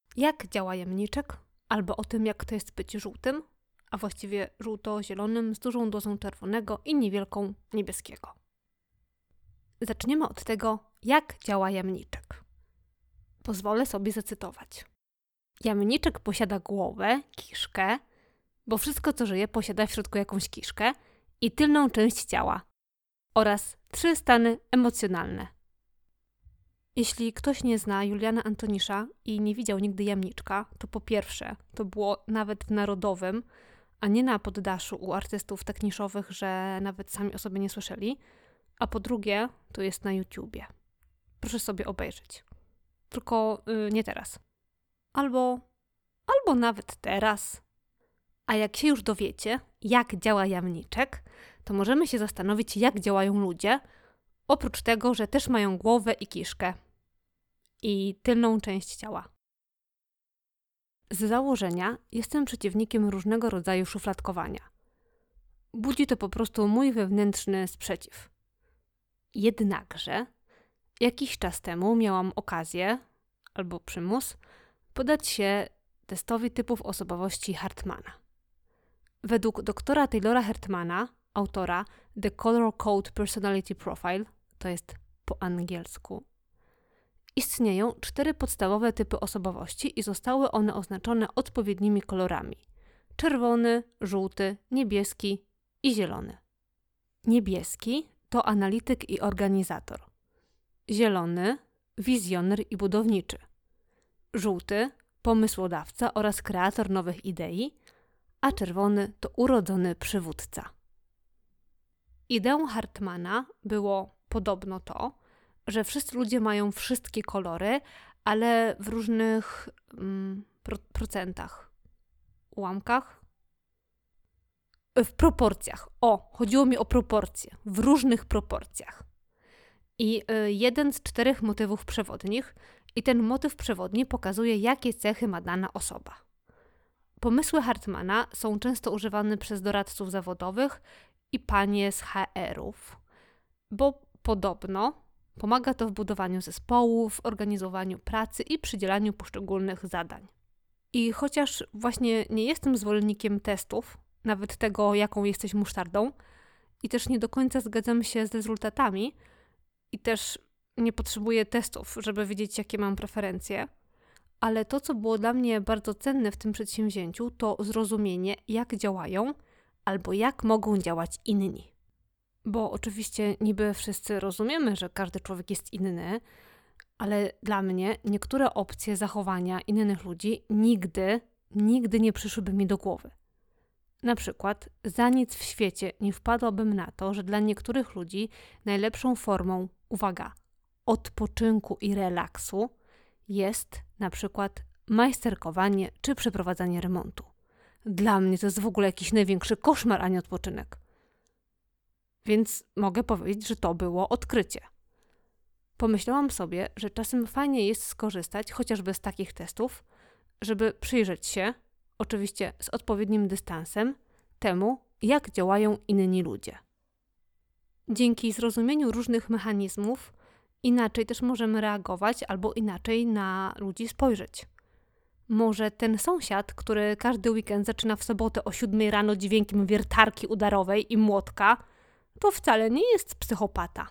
Jak działa jamniczek, albo o tym, jak to jest być żółtym, a właściwie żółto-zielonym z dużą dozą czerwonego i niewielką niebieskiego. Zaczniemy od tego, jak działa jamniczek. Pozwolę sobie zacytować. Jamniczek posiada głowę, kiszkę, bo wszystko co żyje posiada w środku jakąś kiszkę i tylną część ciała oraz 3 stany emocjonalne. Jeśli ktoś nie zna Juliana Antonisza i nie widział nigdy jamniczka, to po pierwsze, to było nawet w Narodowym, a nie na poddaszu u artystów tak niszowych, że nawet sami o sobie nie słyszeli, a po drugie, to jest na YouTubie. Proszę sobie obejrzeć. Tylko nie teraz. Albo nawet teraz. A jak się już dowiecie, jak działa jamniczek, to możemy się zastanowić, jak działają ludzie, oprócz tego, że też mają głowę i kiszkę. I tylną część ciała. Z założenia jestem przeciwnikiem różnego rodzaju szufladkowania. Budzi to po prostu mój wewnętrzny sprzeciw. Jednakże jakiś czas temu miałam okazję, albo przymus, poddać się testowi typów osobowości Hartmana. Według doktora Taylora Hartmana, autora The Color Code Personality Profile, to jest po angielsku, istnieją 4 podstawowe typy osobowości i zostały one oznaczone odpowiednimi kolorami: czerwony, żółty, niebieski i zielony. Niebieski to analityk i organizator. Zielony, wizjoner i budowniczy. Żółty, pomysłodawca oraz kreator nowych idei, a czerwony to urodzony przywódca. Ideą Hartmana było podobno to, że wszyscy ludzie mają wszystkie kolory, ale w różnych procentach, ułamkach, w proporcjach. Chodziło mi o proporcje, w różnych proporcjach. I jeden z 4 motywów przewodnich i ten motyw przewodni pokazuje, jakie cechy ma dana osoba. Pomysły Hartmana są często używane przez doradców zawodowych i panie z HR-ów, bo podobno pomaga to w budowaniu zespołów, organizowaniu pracy i przydzielaniu poszczególnych zadań. I chociaż właśnie nie jestem zwolennikiem testów, nawet tego, jaką jesteś musztardą, i też nie do końca zgadzam się z rezultatami, i też nie potrzebuję testów, żeby wiedzieć, jakie mam preferencje, ale to, co było dla mnie bardzo cenne w tym przedsięwzięciu, to zrozumienie, jak działają albo jak mogą działać inni. Bo oczywiście niby wszyscy rozumiemy, że każdy człowiek jest inny, ale dla mnie niektóre opcje zachowania innych ludzi nigdy nie przyszłyby mi do głowy. Na przykład za nic w świecie nie wpadłabym na to, że dla niektórych ludzi najlepszą formą, uwaga, odpoczynku i relaksu jest na przykład majsterkowanie czy przeprowadzanie remontu. Dla mnie to jest w ogóle jakiś największy koszmar, a nie odpoczynek. Więc mogę powiedzieć, że to było odkrycie. Pomyślałam sobie, że czasem fajnie jest skorzystać chociażby z takich testów, żeby przyjrzeć się, oczywiście z odpowiednim dystansem, temu, jak działają inni ludzie. Dzięki zrozumieniu różnych mechanizmów inaczej też możemy reagować albo inaczej na ludzi spojrzeć. Może ten sąsiad, który każdy weekend zaczyna w sobotę o 7 rano dźwiękiem wiertarki udarowej i młotka, to wcale nie jest psychopata.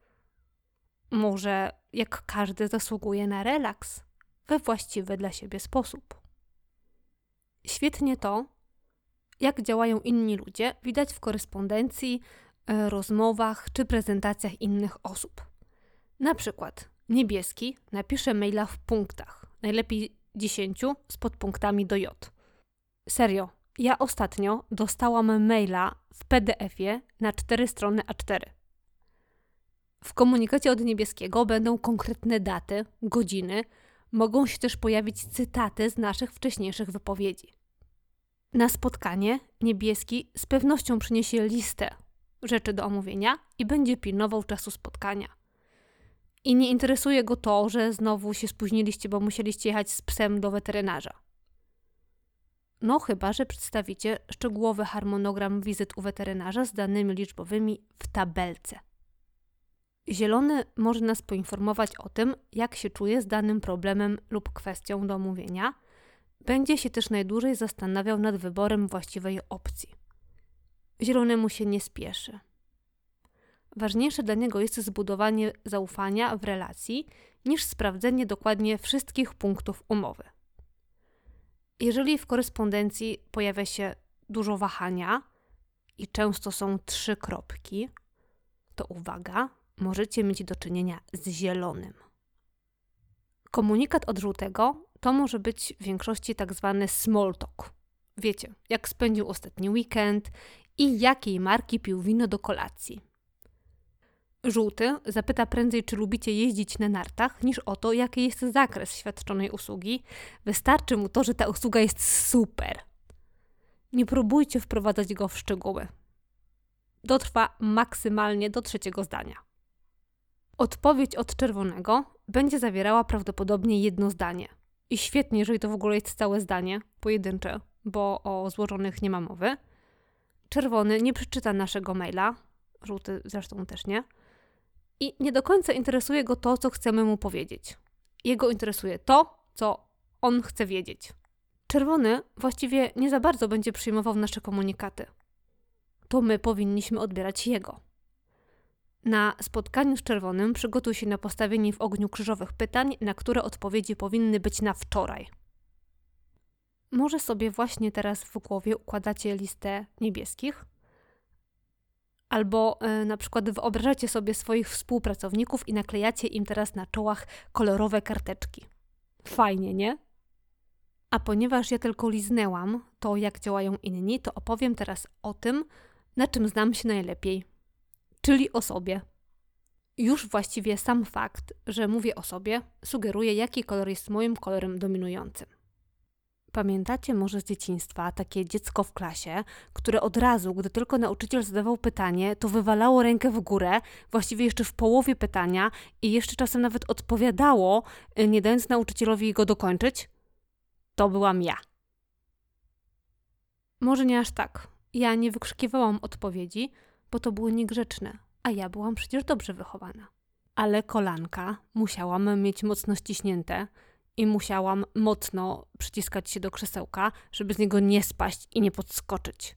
Może jak każdy zasługuje na relaks we właściwy dla siebie sposób. Świetnie to, jak działają inni ludzie, widać w korespondencji, rozmowach czy prezentacjach innych osób. Na przykład niebieski napisze maila w punktach, najlepiej 10 z podpunktami do J. Serio, ja ostatnio dostałam maila w PDF-ie na 4 strony A4. W komunikacie od niebieskiego będą konkretne daty, godziny, mogą się też pojawić cytaty z naszych wcześniejszych wypowiedzi. Na spotkanie niebieski z pewnością przyniesie listę rzeczy do omówienia i będzie pilnował czasu spotkania. I nie interesuje go to, że znowu się spóźniliście, bo musieliście jechać z psem do weterynarza. No chyba, że przedstawicie szczegółowy harmonogram wizyt u weterynarza z danymi liczbowymi w tabelce. Zielony może nas poinformować o tym, jak się czuje z danym problemem lub kwestią do omówienia. Będzie się też najdłużej zastanawiał nad wyborem właściwej opcji. Zielonemu się nie spieszy. Ważniejsze dla niego jest zbudowanie zaufania w relacji niż sprawdzenie dokładnie wszystkich punktów umowy. Jeżeli w korespondencji pojawia się dużo wahania i często są 3 kropki, to uwaga, możecie mieć do czynienia z zielonym. Komunikat od żółtego to może być w większości tak zwany small talk. Wiecie, jak spędził ostatni weekend i jakiej marki pił wino do kolacji. Żółty zapyta prędzej, czy lubicie jeździć na nartach, niż o to, jaki jest zakres świadczonej usługi. Wystarczy mu to, że ta usługa jest super. Nie próbujcie wprowadzać go w szczegóły. Dotrwa maksymalnie do 3 zdania. Odpowiedź od czerwonego będzie zawierała prawdopodobnie 1 zdanie. I świetnie, jeżeli to w ogóle jest całe zdanie, pojedyncze, bo o złożonych nie ma mowy. Czerwony nie przeczyta naszego maila, żółty zresztą też nie. I nie do końca interesuje go to, co chcemy mu powiedzieć. Jego interesuje to, co on chce wiedzieć. Czerwony właściwie nie za bardzo będzie przyjmował nasze komunikaty. To my powinniśmy odbierać jego. Na spotkaniu z czerwonym przygotuj się na postawienie w ogniu krzyżowych pytań, na które odpowiedzi powinny być na wczoraj. Może sobie właśnie teraz w głowie układacie listę niebieskich, albo na przykład wyobrażacie sobie swoich współpracowników i naklejacie im teraz na czołach kolorowe karteczki. Fajnie, nie? A ponieważ ja tylko liznęłam to, jak działają inni, to opowiem teraz o tym, na czym znam się najlepiej, czyli o sobie. Już właściwie sam fakt, że mówię o sobie, sugeruje, jaki kolor jest moim kolorem dominującym. Pamiętacie może z dzieciństwa takie dziecko w klasie, które od razu, gdy tylko nauczyciel zadawał pytanie, to wywalało rękę w górę, właściwie jeszcze w połowie pytania i jeszcze czasem nawet odpowiadało, nie dając nauczycielowi go dokończyć? To byłam ja. Może nie aż tak. Ja nie wykrzykiwałam odpowiedzi, bo to było niegrzeczne, a ja byłam przecież dobrze wychowana. Ale kolanka musiałam mieć mocno ściśnięte i musiałam mocno przyciskać się do krzesełka, żeby z niego nie spaść i nie podskoczyć.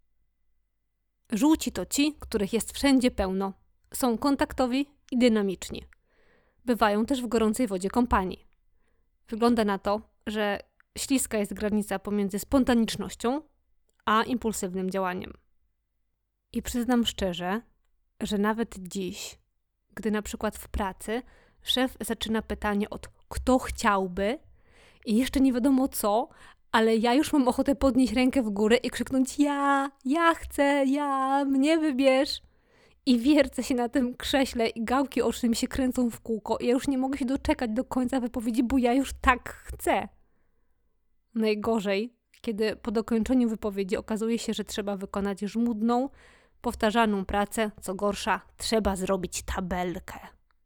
Żółci to ci, których jest wszędzie pełno. Są kontaktowi i dynamiczni. Bywają też w gorącej wodzie kąpani. Wygląda na to, że śliska jest granica pomiędzy spontanicznością a impulsywnym działaniem. I przyznam szczerze, że nawet dziś, gdy na przykład w pracy szef zaczyna pytanie od kto chciałby i jeszcze nie wiadomo co, ale ja już mam ochotę podnieść rękę w górę i krzyknąć ja chcę, mnie wybierz. I wiercę się na tym krześle i gałki oczne mi się kręcą w kółko i ja już nie mogę się doczekać do końca wypowiedzi, bo ja już tak chcę. Najgorzej, kiedy po dokończeniu wypowiedzi okazuje się, że trzeba wykonać żmudną, powtarzaną pracę, co gorsza, trzeba zrobić tabelkę.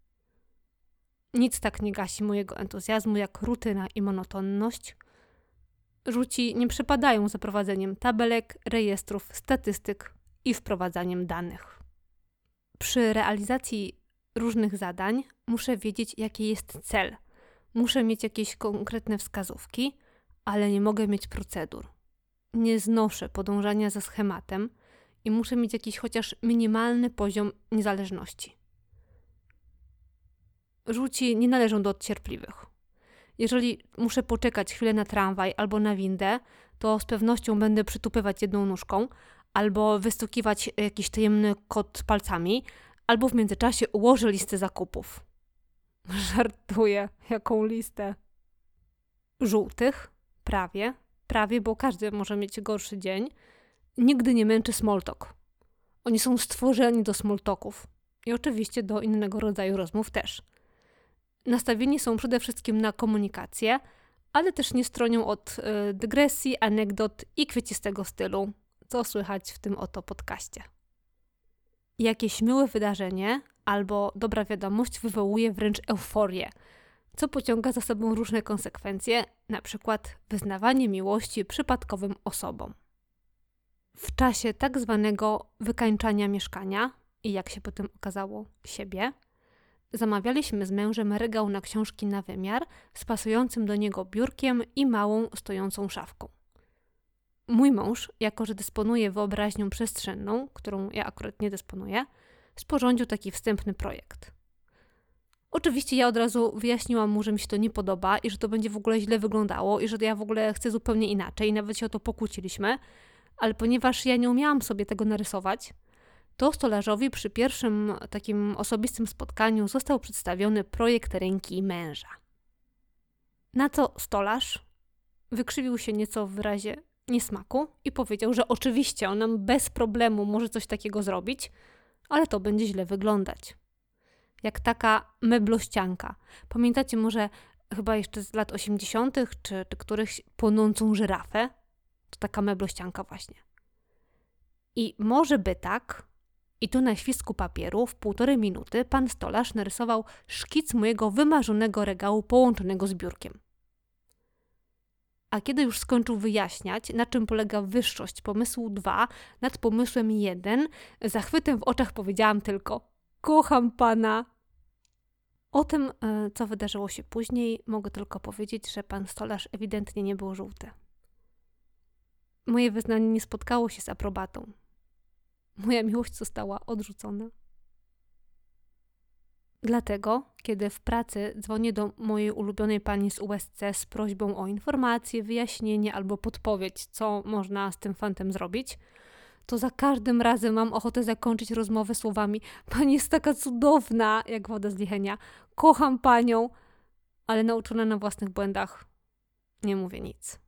Nic tak nie gasi mojego entuzjazmu jak rutyna i monotonność. Żółci nie przepadają za prowadzeniem tabelek, rejestrów, statystyk i wprowadzaniem danych. Przy realizacji różnych zadań muszę wiedzieć, jaki jest cel. Muszę mieć jakieś konkretne wskazówki, ale nie mogę mieć procedur. Nie znoszę podążania za schematem i muszę mieć jakiś chociaż minimalny poziom niezależności. Żółci nie należą do cierpliwych. Jeżeli muszę poczekać chwilę na tramwaj albo na windę, to z pewnością będę przytupywać jedną nóżką albo wystukiwać jakiś tajemny kod palcami, albo w międzyczasie ułożę listę zakupów. Żartuję, jaką listę? Żółtych, prawie, bo każdy może mieć gorszy dzień, nigdy nie męczy small talk. Oni są stworzeni do small talków i oczywiście do innego rodzaju rozmów też. Nastawieni są przede wszystkim na komunikację, ale też nie stronią od dygresji, anegdot i kwiecistego stylu, co słychać w tym oto podcaście. Jakieś miłe wydarzenie albo dobra wiadomość wywołuje wręcz euforię, co pociąga za sobą różne konsekwencje, na przykład wyznawanie miłości przypadkowym osobom. W czasie tak zwanego wykańczania mieszkania i jak się potem okazało siebie, Zamawialiśmy z mężem regał na książki na wymiar z pasującym do niego biurkiem i małą stojącą szafką. Mój mąż, jako że dysponuje wyobraźnią przestrzenną, którą ja akurat nie dysponuję, sporządził taki wstępny projekt. Oczywiście ja od razu wyjaśniłam mu, że mi się to nie podoba i że to będzie w ogóle źle wyglądało i że ja w ogóle chcę zupełnie inaczej. Nawet się o to pokłóciliśmy, ale ponieważ ja nie umiałam sobie tego narysować, to stolarzowi przy pierwszym takim osobistym spotkaniu został przedstawiony projekt ręki męża. Na co stolarz wykrzywił się nieco w wyrazie niesmaku i powiedział, że oczywiście on nam bez problemu może coś takiego zrobić, ale to będzie źle wyglądać. Jak taka meblościanka. Pamiętacie może chyba jeszcze z lat 80. czy którychś płonącą żyrafę? To taka meblościanka właśnie. I może by tak, i tu na świsku papieru w 1,5 minuty pan stolarz narysował szkic mojego wymarzonego regału połączonego z biurkiem. A kiedy już skończył wyjaśniać, na czym polega wyższość pomysłu 2 nad pomysłem 1, zachwytem w oczach powiedziałam tylko: kocham pana. O tym, co wydarzyło się później, mogę tylko powiedzieć, że pan stolarz ewidentnie nie był żółty. Moje wyznanie nie spotkało się z aprobatą. Moja miłość została odrzucona. Dlatego, kiedy w pracy dzwonię do mojej ulubionej pani z USC z prośbą o informację, wyjaśnienie albo podpowiedź, co można z tym fantem zrobić, to za każdym razem mam ochotę zakończyć rozmowę słowami: pani jest taka cudowna, jak woda z Lichenia, kocham panią, ale nauczona na własnych błędach nie mówię nic.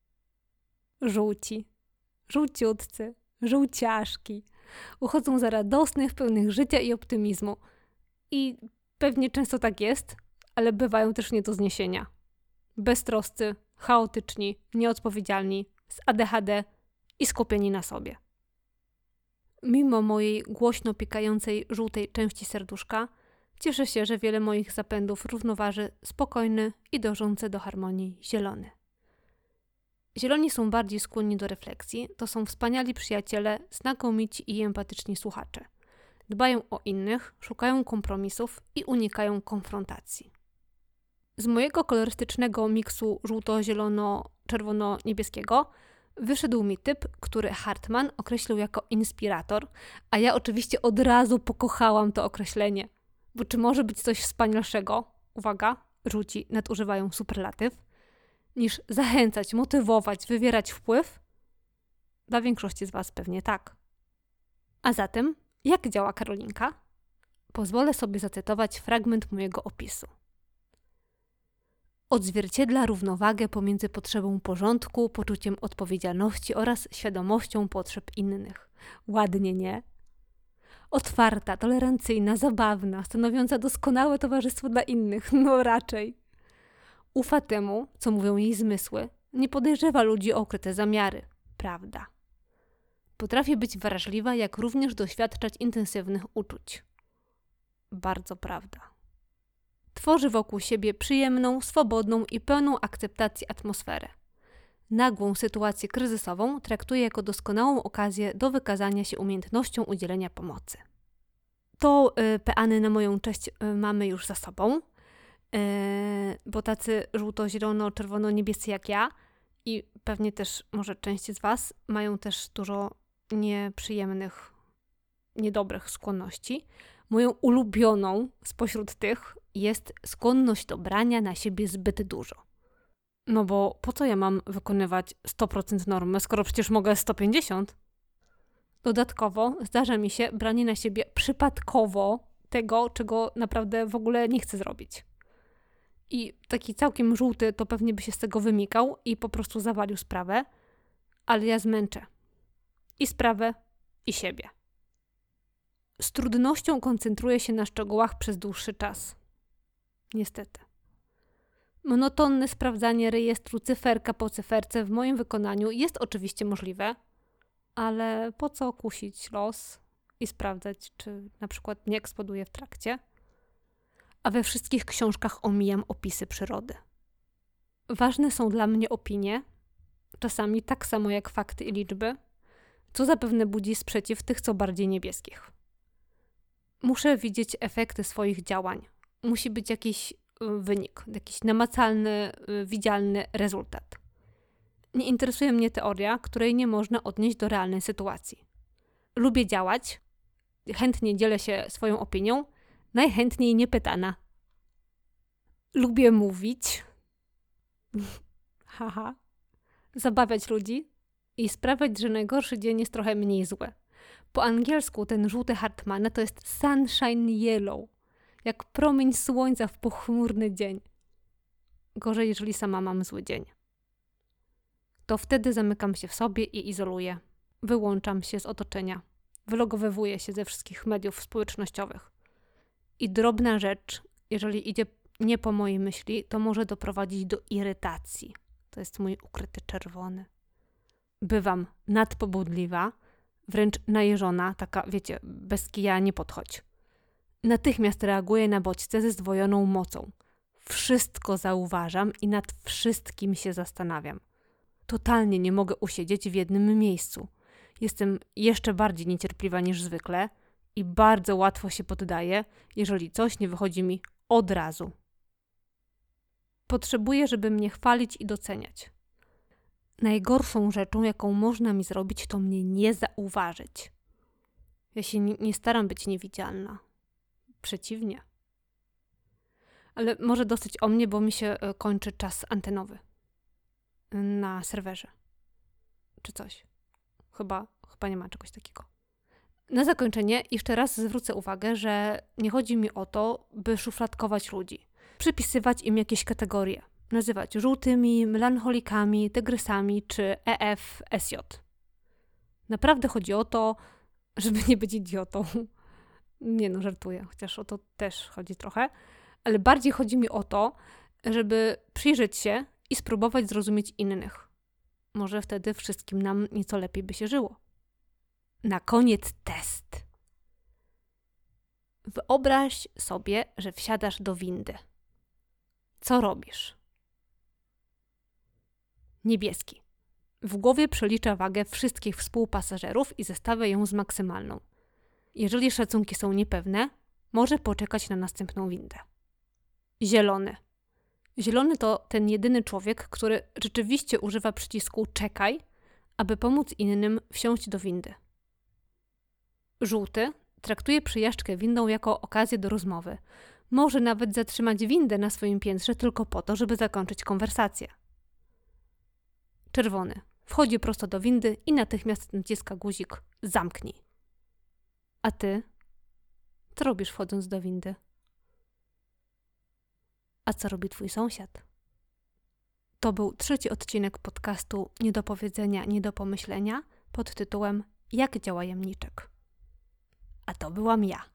Żółci, żółciutcy, żółciaszki uchodzą za radosnych, pełnych życia i optymizmu. I pewnie często tak jest, ale bywają też nie do zniesienia. Beztroscy, chaotyczni, nieodpowiedzialni, z ADHD i skupieni na sobie. Mimo mojej głośno pikającej żółtej części serduszka, cieszę się, że wiele moich zapędów równoważy spokojny i dążący do harmonii zielony. Zieloni są bardziej skłonni do refleksji, to są wspaniali przyjaciele, znakomici i empatyczni słuchacze. Dbają o innych, szukają kompromisów i unikają konfrontacji. Z mojego kolorystycznego miksu żółto-zielono-czerwono-niebieskiego wyszedł mi typ, który Hartman określił jako inspirator, a ja oczywiście od razu pokochałam to określenie. Bo czy może być coś wspanialszego, uwaga, żółci nadużywają superlatyw, niż zachęcać, motywować, wywierać wpływ? Dla większości z Was pewnie tak. A zatem, jak działa Karolinka? Pozwolę sobie zacytować fragment mojego opisu. Odzwierciedla równowagę pomiędzy potrzebą porządku, poczuciem odpowiedzialności oraz świadomością potrzeb innych. Ładnie, nie? Otwarta, tolerancyjna, zabawna, stanowiąca doskonałe towarzystwo dla innych. No raczej. Ufa temu, co mówią jej zmysły. Nie podejrzewa ludzi o ukryte zamiary. Prawda. Potrafi być wrażliwa, jak również doświadczać intensywnych uczuć. Bardzo prawda. Tworzy wokół siebie przyjemną, swobodną i pełną akceptacji atmosferę. Nagłą sytuację kryzysową traktuje jako doskonałą okazję do wykazania się umiejętnością udzielenia pomocy. To peany na moją cześć mamy już za sobą, bo tacy żółto-zielono-czerwono-niebiescy jak ja i pewnie też może część z Was mają też dużo nieprzyjemnych, niedobrych skłonności. Moją ulubioną spośród tych jest skłonność do brania na siebie zbyt dużo. No bo po co ja mam wykonywać 100% normy, skoro przecież mogę 150? Dodatkowo zdarza mi się branie na siebie przypadkowo tego, czego naprawdę w ogóle nie chcę zrobić. I taki całkiem żółty to pewnie by się z tego wymykał i po prostu zawalił sprawę, ale ja zmęczę. I sprawę, i siebie. Z trudnością koncentruję się na szczegółach przez dłuższy czas. Niestety. Monotonne sprawdzanie rejestru cyferka po cyferce w moim wykonaniu jest oczywiście możliwe, ale po co kusić los i sprawdzać, czy na przykład nie eksploduje w trakcie? A we wszystkich książkach omijam opisy przyrody. Ważne są dla mnie opinie, czasami tak samo jak fakty i liczby, co zapewne budzi sprzeciw tych co bardziej niebieskich. Muszę widzieć efekty swoich działań, musi być jakiś wynik, jakiś namacalny, widzialny rezultat. Nie interesuje mnie teoria, której nie można odnieść do realnej sytuacji. Lubię działać, chętnie dzielę się swoją opinią, najchętniej niepytana. Lubię mówić, zabawiać ludzi i sprawiać, że najgorszy dzień jest trochę mniej zły. Po angielsku ten żółty Hartmana to jest sunshine yellow, jak promień słońca w pochmurny dzień. Gorzej, jeżeli sama mam zły dzień. To wtedy zamykam się w sobie i izoluję. Wyłączam się z otoczenia. Wylogowywuję się ze wszystkich mediów społecznościowych. I drobna rzecz, jeżeli idzie nie po mojej myśli, to może doprowadzić do irytacji. To jest mój ukryty czerwony. Bywam nadpobudliwa, wręcz najeżona, taka, wiecie, bez kija nie podchodź. Natychmiast reaguję na bodźce ze zdwojoną mocą. Wszystko zauważam i nad wszystkim się zastanawiam. Totalnie nie mogę usiedzieć w jednym miejscu. Jestem jeszcze bardziej niecierpliwa niż zwykle i bardzo łatwo się poddaję, jeżeli coś nie wychodzi mi od razu. Potrzebuję, żeby mnie chwalić i doceniać. Najgorszą rzeczą, jaką można mi zrobić, to mnie nie zauważyć. Ja się nie staram być niewidzialna. Przeciwnie. Ale może dosyć o mnie, bo mi się kończy czas antenowy. Na serwerze. Czy coś. Chyba nie ma czegoś takiego. Na zakończenie jeszcze raz zwrócę uwagę, że nie chodzi mi o to, by szufladkować ludzi. Przypisywać im jakieś kategorie. Nazywać żółtymi, melancholikami, tygrysami czy EF, SJ. Naprawdę chodzi o to, żeby nie być idiotą. Nie no, żartuję, chociaż o to też chodzi trochę. Ale bardziej chodzi mi o to, żeby przyjrzeć się i spróbować zrozumieć innych. Może wtedy wszystkim nam nieco lepiej by się żyło. Na koniec test. Wyobraź sobie, że wsiadasz do windy. Co robisz? Niebieski. W głowie przelicza wagę wszystkich współpasażerów i zestawia ją z maksymalną. Jeżeli szacunki są niepewne, może poczekać na następną windę. Zielony. Zielony to ten jedyny człowiek, który rzeczywiście używa przycisku czekaj, aby pomóc innym wsiąść do windy. Żółty traktuje przejażdżkę windą jako okazję do rozmowy. Może nawet zatrzymać windę na swoim piętrze tylko po to, żeby zakończyć konwersację. Czerwony wchodzi prosto do windy i natychmiast naciska guzik zamknij. A ty? Co robisz wchodząc do windy? A co robi twój sąsiad? To był 3. odcinek podcastu Nie do powiedzenia, nie do pomyślenia pod tytułem Jak działa jamniczek. A to byłam ja.